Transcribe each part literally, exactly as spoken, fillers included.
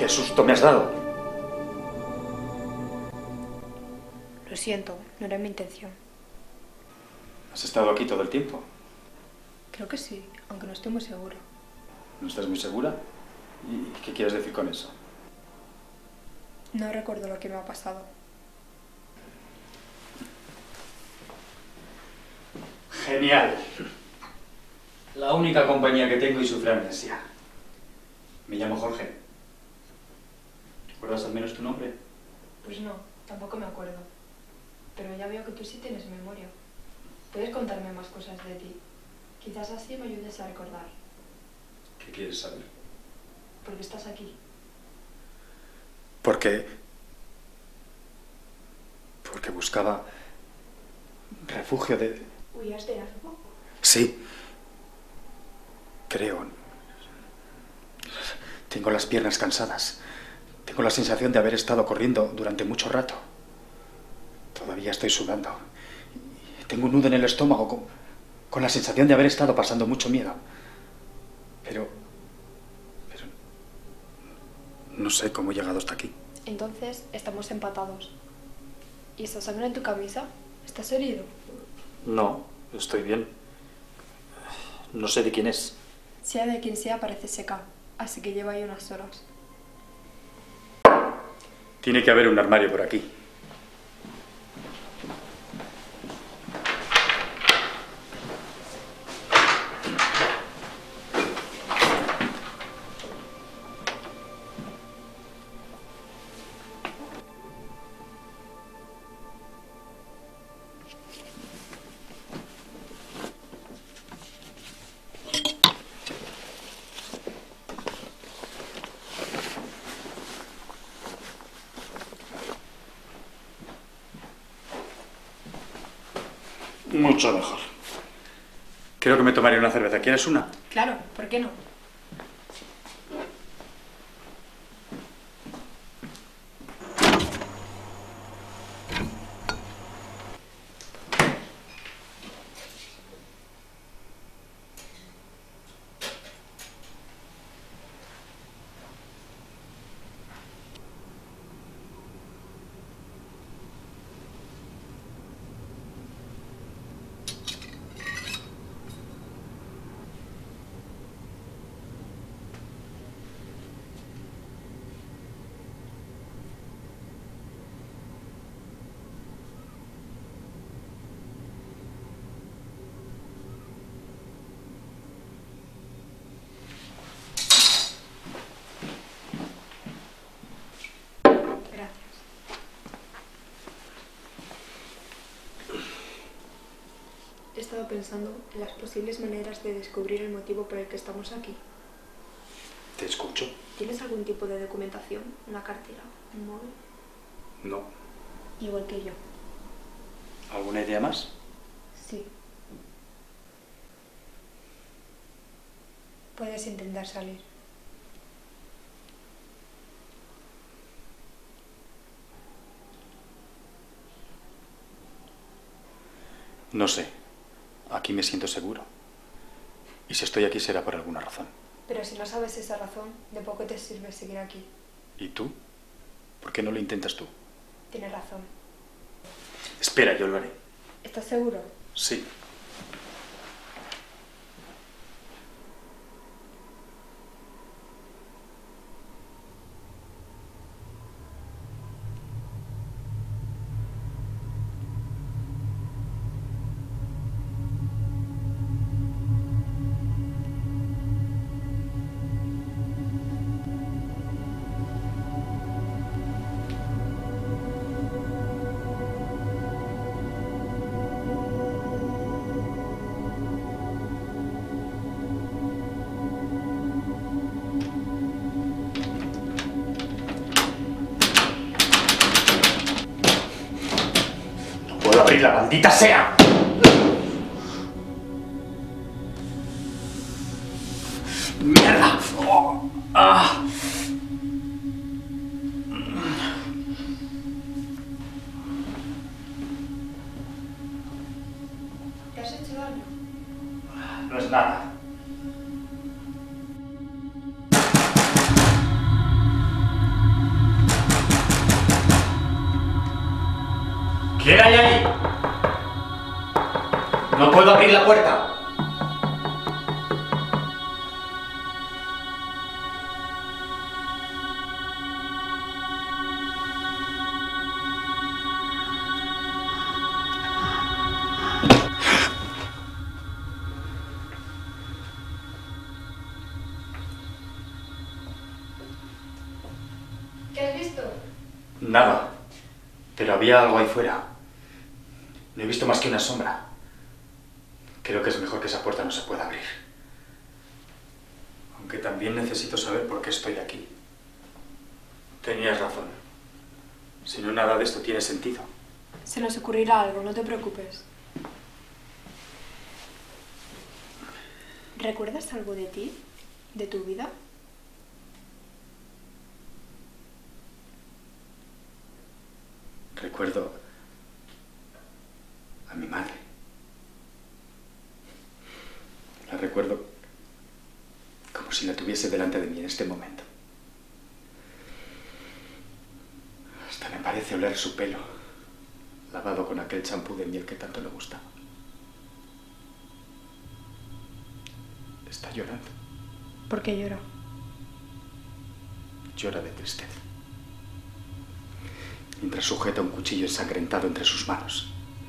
¿Qué susto me has dado? Lo siento, no era mi intención. ¿Has estado aquí todo el tiempo? Creo que sí, aunque no estoy muy seguro. ¿No estás muy segura? ¿Y qué quieres decir con eso? No recuerdo lo que me ha pasado. Genial. La única compañía que tengo y sufre amnesia. Me llamo Jorge. ¿Recuerdas al menos tu nombre? Pues no, tampoco me acuerdo. Pero ya veo que tú sí tienes memoria. ¿Puedes contarme más cosas de ti? Quizás así me ayudes a recordar. ¿Qué quieres saber? ¿Por qué estás aquí? Porque... Porque buscaba refugio de... ¿Huías de algo? Sí. Creo. Tengo las piernas cansadas. Tengo la sensación de haber estado corriendo durante mucho rato. Todavía estoy sudando. Tengo un nudo en el estómago con, con la sensación de haber estado pasando mucho miedo. Pero... Pero... No sé cómo he llegado hasta aquí. Entonces, estamos empatados. ¿Y esa sangre en tu camisa? ¿Estás herido? No, estoy bien. No sé de quién es. Sea de quien sea, parece seca. Así que lleva ahí unas horas. Tiene que haber un armario por aquí. Mucho mejor. Creo que me tomaría una cerveza. ¿Quieres una? Claro, ¿por qué no? He estado pensando en las posibles maneras de descubrir el motivo por el que estamos aquí. Te escucho. ¿Tienes algún tipo de documentación? ¿Una cartera? ¿Un móvil? No. Igual que yo. ¿Alguna idea más? Sí. Puedes intentar salir. No sé. Aquí me siento seguro. Y si estoy aquí será por alguna razón. Pero si no sabes esa razón, de poco te sirve seguir aquí. ¿Y tú? ¿Por qué no lo intentas tú? Tienes razón. Espera, yo lo haré. ¿Estás seguro? Sí. ¡Puedo abrir la maldita sea! ¡Mierda! Oh, ah. ¿Te has hecho daño? No es nada. ¿Quién hay ahí? No puedo abrir la puerta. ¿Qué has visto? Nada. Pero había algo ahí fuera. No he visto más que una sombra. Creo que es mejor que esa puerta no se pueda abrir. Aunque también necesito saber por qué estoy aquí. Tenías razón. Si no, nada de esto tiene sentido. Se nos ocurrirá algo, no te preocupes. ¿Recuerdas algo de ti? ¿De tu vida? Recuerdo a mi madre. La recuerdo como si la tuviese delante de mí en este momento. Hasta me parece oler su pelo, lavado con aquel champú de miel que tanto le gustaba. Está llorando. ¿Por qué llora? Llora de tristeza. Mientras sujeta un cuchillo ensangrentado entre sus manos.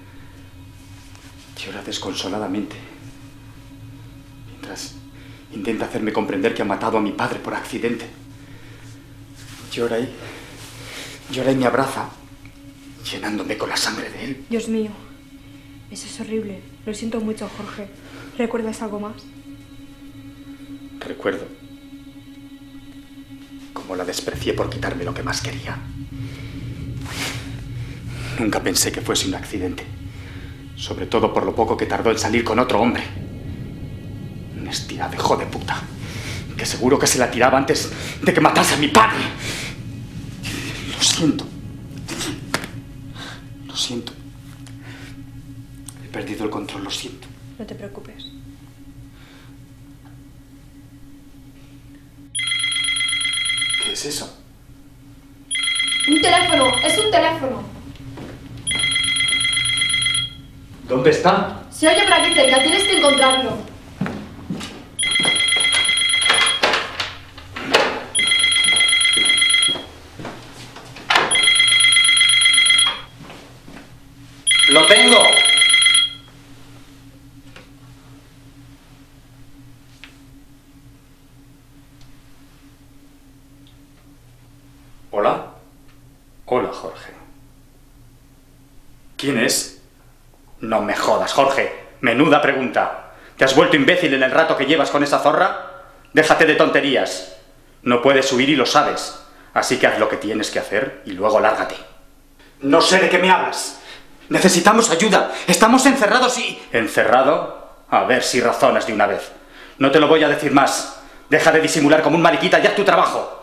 Llora desconsoladamente. Mientras intenta hacerme comprender que ha matado a mi padre por accidente. Llora y... llora y me abraza, llenándome con la sangre de él. Dios mío, eso es horrible. Lo siento mucho, Jorge. ¿Recuerdas algo más? Recuerdo cómo la desprecié por quitarme lo que más quería. Nunca pensé que fuese un accidente. Sobre todo por lo poco que tardó en salir con otro hombre. Un estirado hijo de puta. Que seguro que se la tiraba antes de que matase a mi padre. Lo siento. Lo siento. He perdido el control, lo siento. No te preocupes. ¿Qué es eso? ¡Un teléfono! ¡Es un teléfono! ¿Dónde está? Se oye por aquí cerca, tienes que encontrarlo. ¡Lo tengo! ¿Hola? Hola, Jorge. ¿Quién es? No me jodas, Jorge. Menuda pregunta. ¿Te has vuelto imbécil en el rato que llevas con esa zorra? Déjate de tonterías. No puedes huir y lo sabes. Así que haz lo que tienes que hacer y luego lárgate. No sé de qué me hablas. Necesitamos ayuda. Estamos encerrados y... ¿Encerrado? A ver si razonas de una vez. No te lo voy a decir más. Deja de disimular como un mariquita y haz tu trabajo.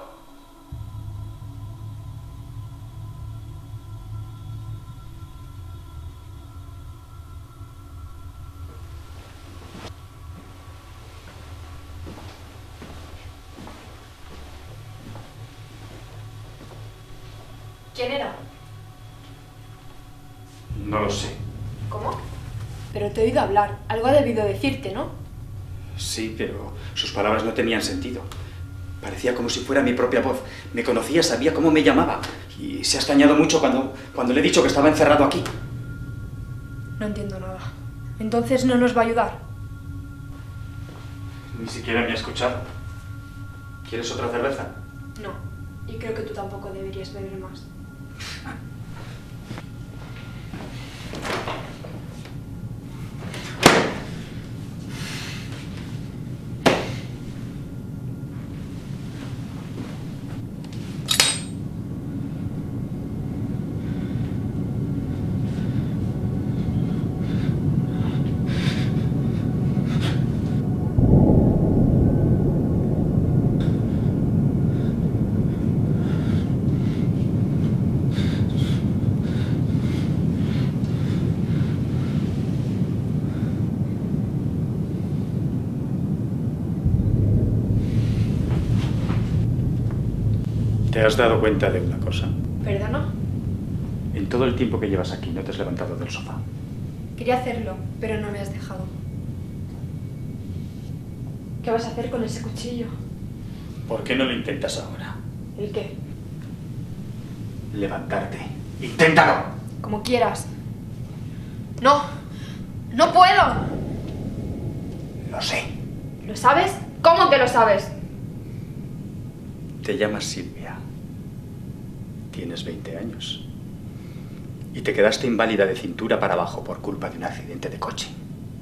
¿Quién era? No lo sé. ¿Cómo? Pero te he oído hablar. Algo ha debido decirte, ¿no? Sí, pero sus palabras no tenían sentido. Parecía como si fuera mi propia voz. Me conocía, sabía cómo me llamaba. Y se ha extrañado mucho cuando, cuando le he dicho que estaba encerrado aquí. No entiendo nada. Entonces no nos va a ayudar. Ni siquiera me ha escuchado. ¿Quieres otra cerveza? No. Y creo que tú tampoco deberías beber más. ¿Te has dado cuenta de una cosa? ¿Perdona? En todo el tiempo que llevas aquí no te has levantado del sofá. Quería hacerlo, pero no me has dejado. ¿Qué vas a hacer con ese cuchillo? ¿Por qué no lo intentas ahora? ¿El qué? Levantarte. ¡Inténtalo! Como quieras. ¡No! ¡No puedo! Lo sé. ¿Lo sabes? ¿Cómo que lo sabes? Te llamas Silvia. Tienes veinte años. Y te quedaste inválida de cintura para abajo por culpa de un accidente de coche.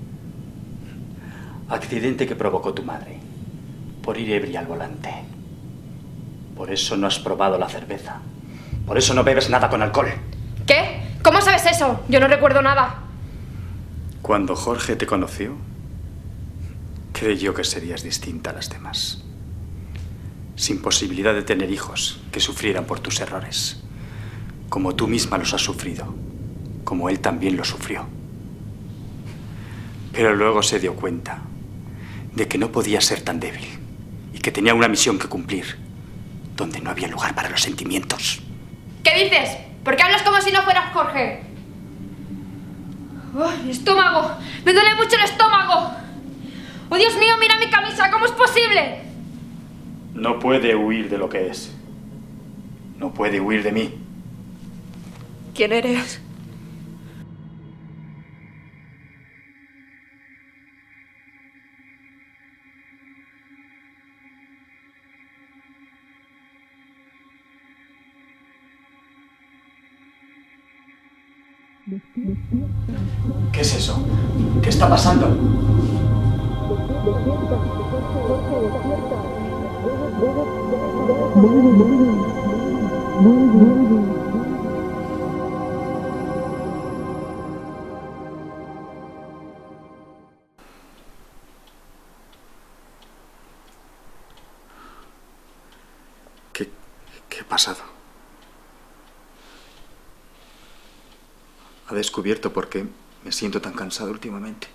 Accidente que provocó tu madre, por ir ebria al volante. Por eso no has probado la cerveza. Por eso no bebes nada con alcohol. ¿Qué? ¿Cómo sabes eso? Yo no recuerdo nada. Cuando Jorge te conoció, creyó que serías distinta a las demás. Sin posibilidad de tener hijos que sufrieran por tus errores. Como tú misma los has sufrido. Como él también lo sufrió. Pero luego se dio cuenta de que no podía ser tan débil y que tenía una misión que cumplir, donde no había lugar para los sentimientos. ¿Qué dices? ¿Por qué hablas como si no fueras Jorge? ¡Oh, mi estómago! ¡Me duele mucho el estómago! ¡Oh, Dios mío, mira mi camisa! ¿Cómo es posible? No puede huir de lo que es. No puede huir de mí. ¿Quién eres? ¿Qué es eso? ¿Qué está pasando? ¿Qué, qué ha pasado? ¿Ha descubierto por qué me siento tan cansado últimamente?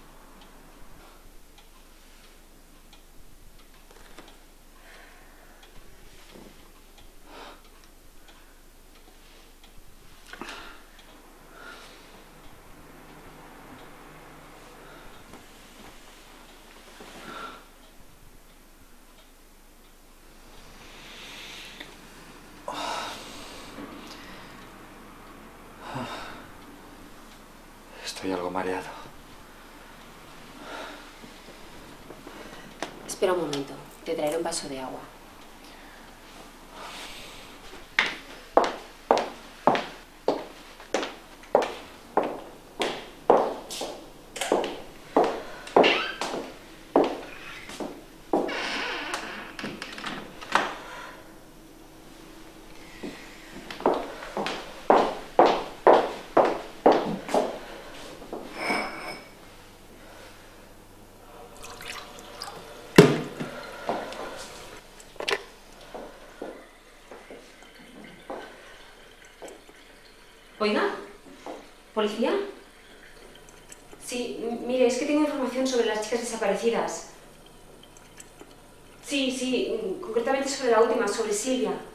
Estoy algo mareado. Espera un momento, te traeré un vaso de agua. Oiga, ¿policía? Sí, mire, es que tengo información sobre las chicas desaparecidas. Sí, sí, concretamente sobre la última, sobre Silvia.